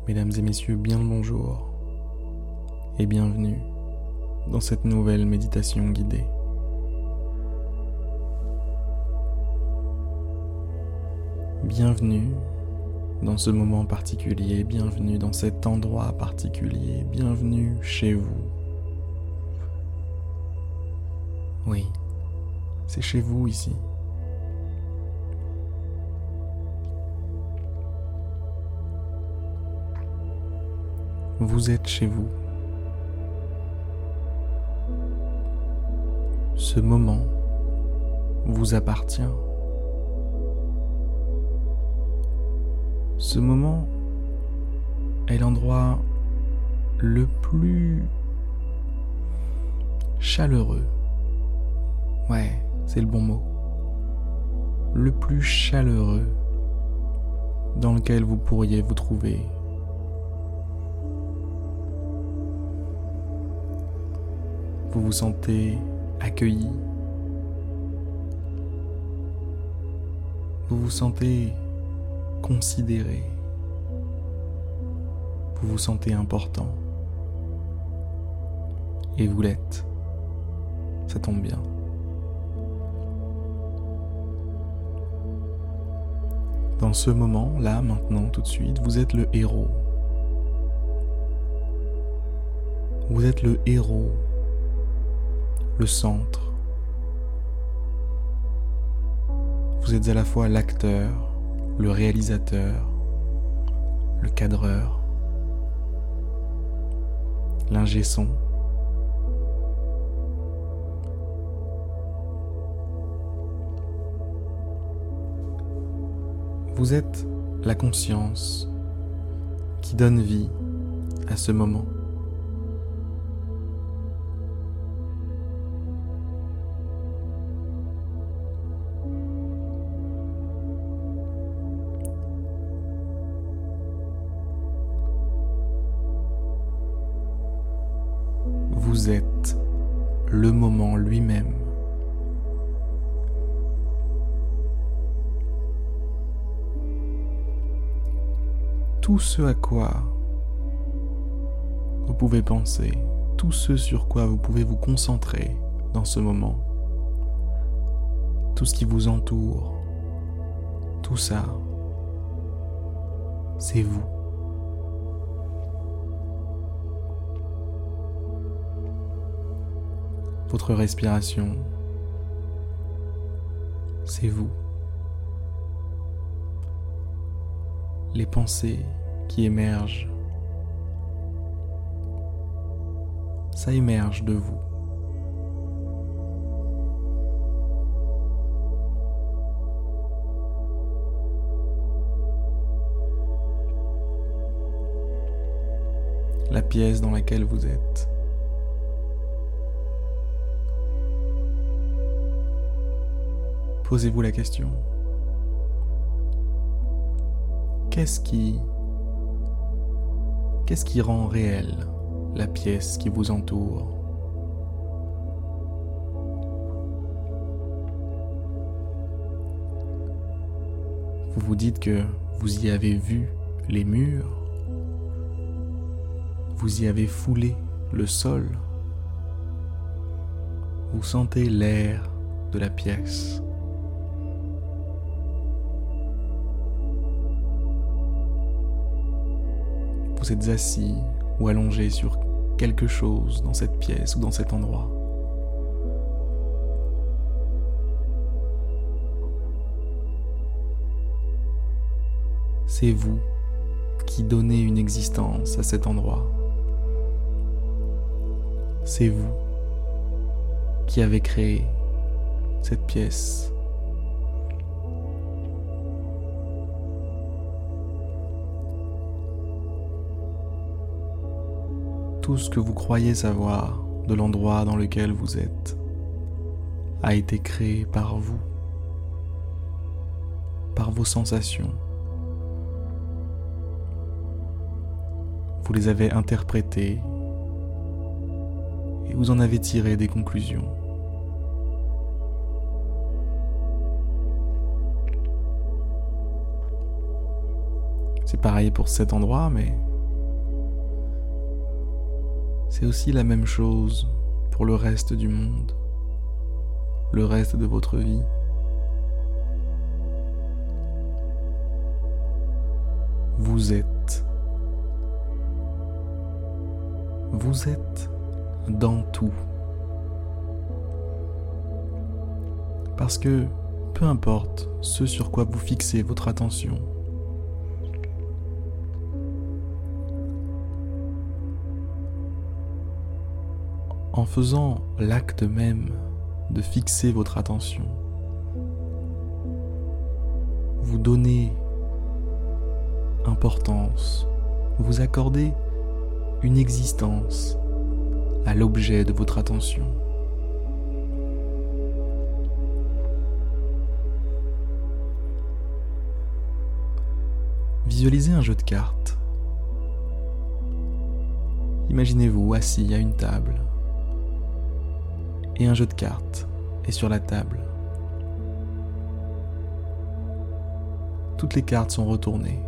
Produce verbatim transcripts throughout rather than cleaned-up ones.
Mesdames et messieurs, bien le bonjour et bienvenue dans cette nouvelle méditation guidée. Bienvenue dans ce moment particulier, bienvenue dans cet endroit particulier, bienvenue chez vous. Oui, c'est chez vous ici. Vous êtes chez vous. Ce moment vous appartient. Ce moment est l'endroit le plus chaleureux. Ouais, c'est le bon mot. Le plus chaleureux dans lequel vous pourriez vous trouver. Vous vous sentez accueilli. Vous vous sentez considéré. Vous vous sentez important. Et vous l'êtes. Ça tombe bien. Dans ce moment, là, maintenant, tout de suite, vous êtes le héros. Vous êtes le héros. Le centre. Vous êtes à la fois l'acteur, le réalisateur, le cadreur, l'ingé son. Vous êtes la conscience qui donne vie à ce moment. Vous êtes le moment lui-même. Tout ce à quoi vous pouvez penser, tout ce sur quoi vous pouvez vous concentrer dans ce moment, tout ce qui vous entoure, tout ça, c'est vous. Votre respiration, c'est vous. Les pensées qui émergent, ça émerge de vous. La pièce dans laquelle vous êtes. Posez-vous la question. Qu'est-ce qui, qu'est-ce qui rend réelle la pièce qui vous entoure? Vous vous dites que vous y avez vu les murs, vous y avez foulé le sol, vous sentez l'air de la pièce. Vous êtes assis ou allongé sur quelque chose dans cette pièce ou dans cet endroit. C'est vous qui donnez une existence à cet endroit. C'est vous qui avez créé cette pièce. Tout ce que vous croyez savoir de l'endroit dans lequel vous êtes a été créé par vous, par vos sensations. Vous les avez interprétées et vous en avez tiré des conclusions. C'est pareil pour cet endroit, mais c'est aussi la même chose pour le reste du monde, le reste de votre vie. Vous êtes. Vous êtes dans tout. Parce que peu importe ce sur quoi vous fixez votre attention, en faisant l'acte même de fixer votre attention, vous donnez importance, vous accordez une existence à l'objet de votre attention. Visualisez un jeu de cartes. Imaginez-vous assis à une table et un jeu de cartes est sur la table. Toutes les cartes sont retournées.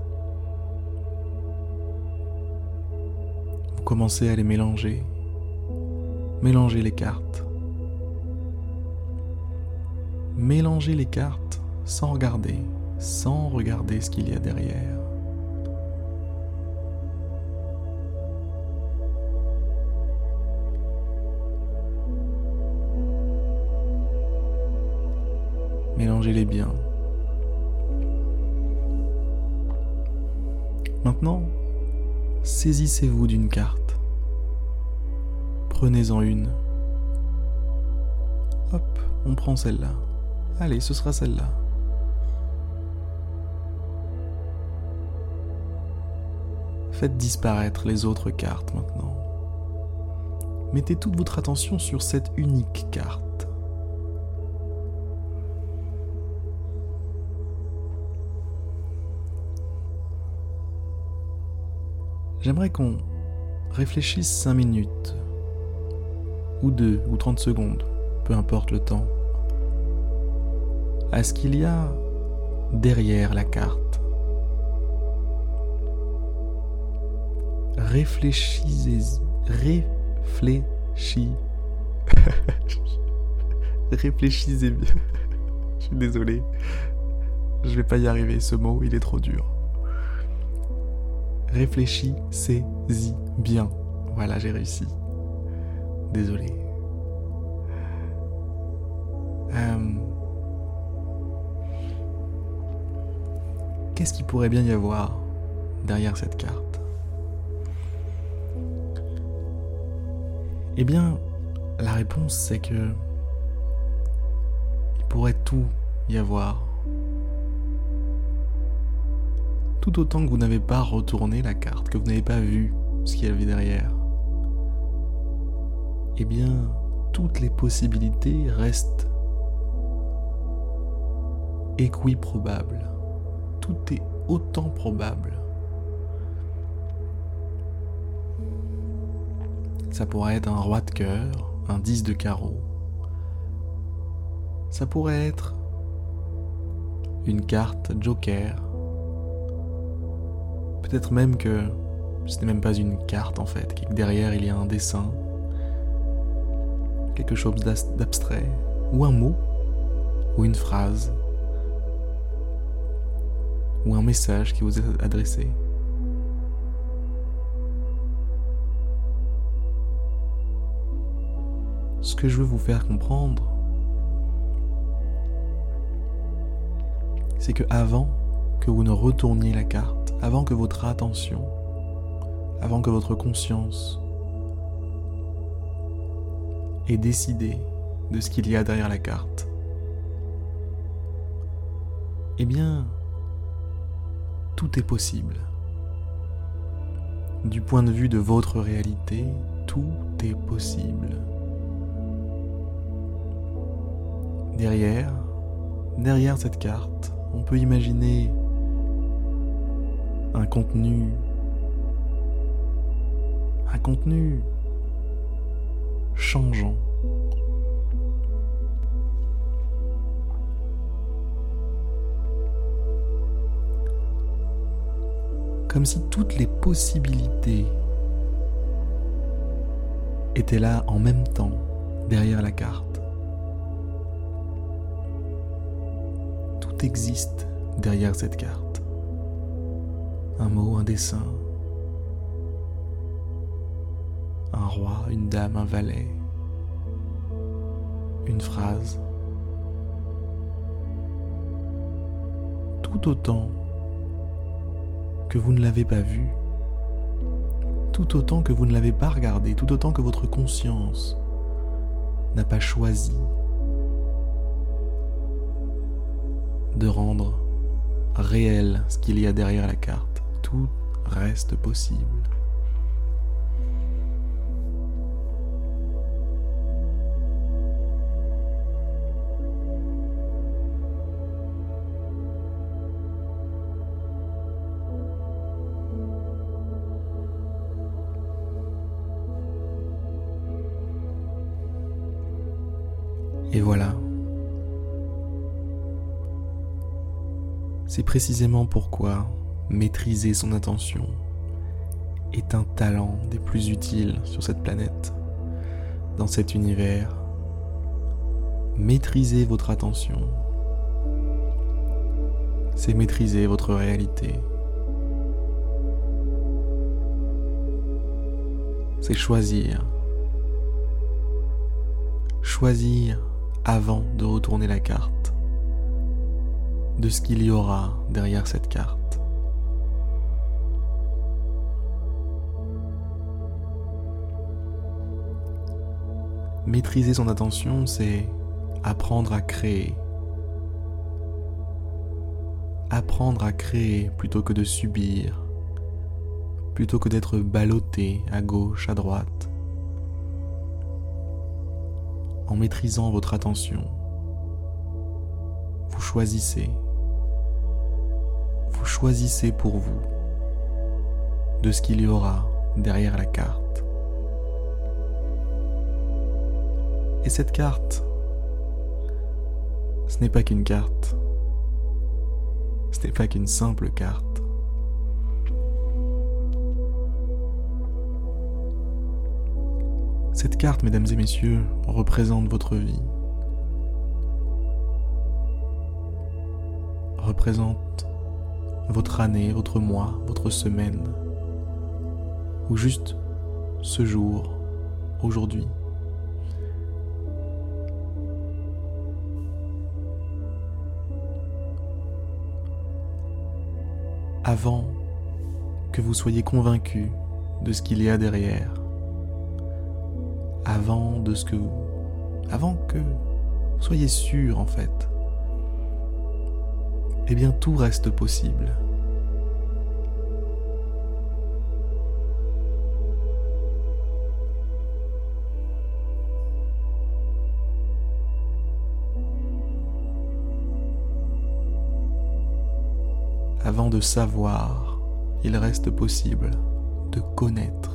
Vous commencez à les mélanger. Mélangez les cartes. Mélangez les cartes sans regarder, sans regarder ce qu'il y a derrière. Mélangez-les bien. Maintenant, saisissez-vous d'une carte. Prenez-en une. Hop, on prend celle-là. Allez, ce sera celle-là. Faites disparaître les autres cartes maintenant. Mettez toute votre attention sur cette unique carte. J'aimerais qu'on réfléchisse cinq minutes, ou deux, ou trente secondes, peu importe le temps, à ce qu'il y a derrière la carte. Réfléchissez, réfléchis, réfléchissez bien. Je suis désolé, je vais pas y arriver, ce mot, il est trop dur. Réfléchissez-y bien. Voilà, j'ai réussi. Désolé. Euh... Qu'est-ce qu'il pourrait bien y avoir derrière cette carte ? Eh bien, la réponse c'est que il pourrait tout y avoir. Tout autant que vous n'avez pas retourné la carte, que vous n'avez pas vu ce qu'il y avait derrière, eh bien, toutes les possibilités restent équiprobables. Tout est autant probable. Ça pourrait être un roi de cœur, un dix de carreau. Ça pourrait être une carte joker. Peut-être même que ce n'est même pas une carte en fait, que derrière il y a un dessin, quelque chose d'abstrait, ou un mot, ou une phrase, ou un message qui vous est adressé. Ce que je veux vous faire comprendre, c'est que avant que vous ne retourniez la carte, avant que votre attention, avant que votre conscience ait décidé de ce qu'il y a derrière la carte, eh bien, tout est possible. Du point de vue de votre réalité, tout est possible. Derrière, derrière cette carte, on peut imaginer un contenu, un contenu changeant. Comme si toutes les possibilités était là en même temps derrière la carte. Tout existe derrière cette carte. Un mot, un dessin, un roi, une dame, un valet, une phrase. Tout autant que vous ne l'avez pas vu, tout autant que vous ne l'avez pas regardé, tout autant que votre conscience n'a pas choisi de rendre réel ce qu'il y a derrière la carte. Tout reste possible. Et voilà. C'est précisément pourquoi maîtriser son attention est un talent des plus utiles sur cette planète, dans cet univers. Maîtriser votre attention, c'est maîtriser votre réalité. C'est choisir. Choisir avant de retourner la carte, de ce qu'il y aura derrière cette carte. Maîtriser son attention, c'est apprendre à créer. Apprendre à créer plutôt que de subir, plutôt que d'être ballotté à gauche, à droite. En maîtrisant votre attention, vous choisissez. Vous choisissez pour vous de ce qu'il y aura derrière la carte. Et cette carte, ce n'est pas qu'une carte. Ce n'est pas qu'une simple carte. Cette carte, mesdames et messieurs, représente votre vie. Représente votre année, votre mois, votre semaine. Ou juste ce jour, aujourd'hui. Avant que vous soyez convaincu de ce qu'il y a derrière, avant de ce que vous, avant que vous soyez sûr en fait, eh bien tout reste possible. Avant de savoir, il reste possible de connaître.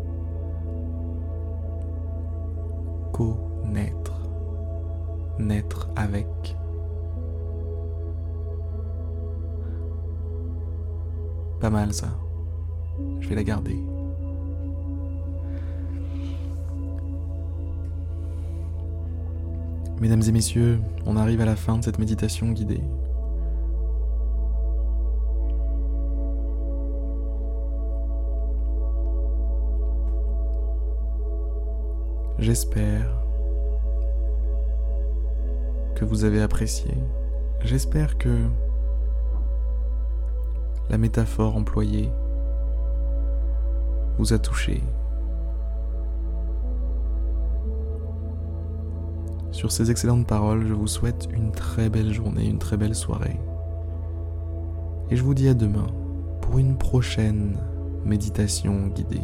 Connaître, naître avec. Pas mal ça, je vais la garder. Mesdames et messieurs, on arrive à la fin de cette méditation guidée. J'espère que vous avez apprécié. J'espère que la métaphore employée vous a touché. Sur ces excellentes paroles, je vous souhaite une très belle journée, une très belle soirée. Et je vous dis à demain pour une prochaine méditation guidée.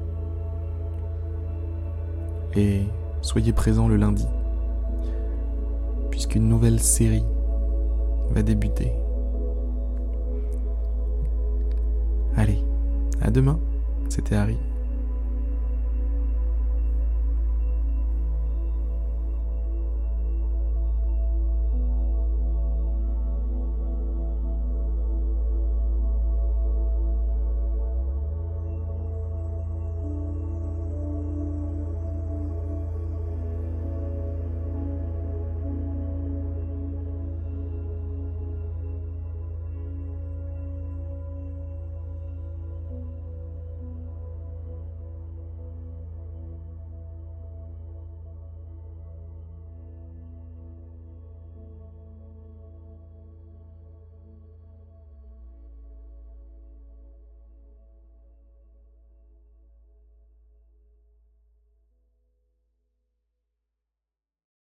Et soyez présents le lundi, puisqu'une nouvelle série va débuter. Allez, à demain, c'était Harry.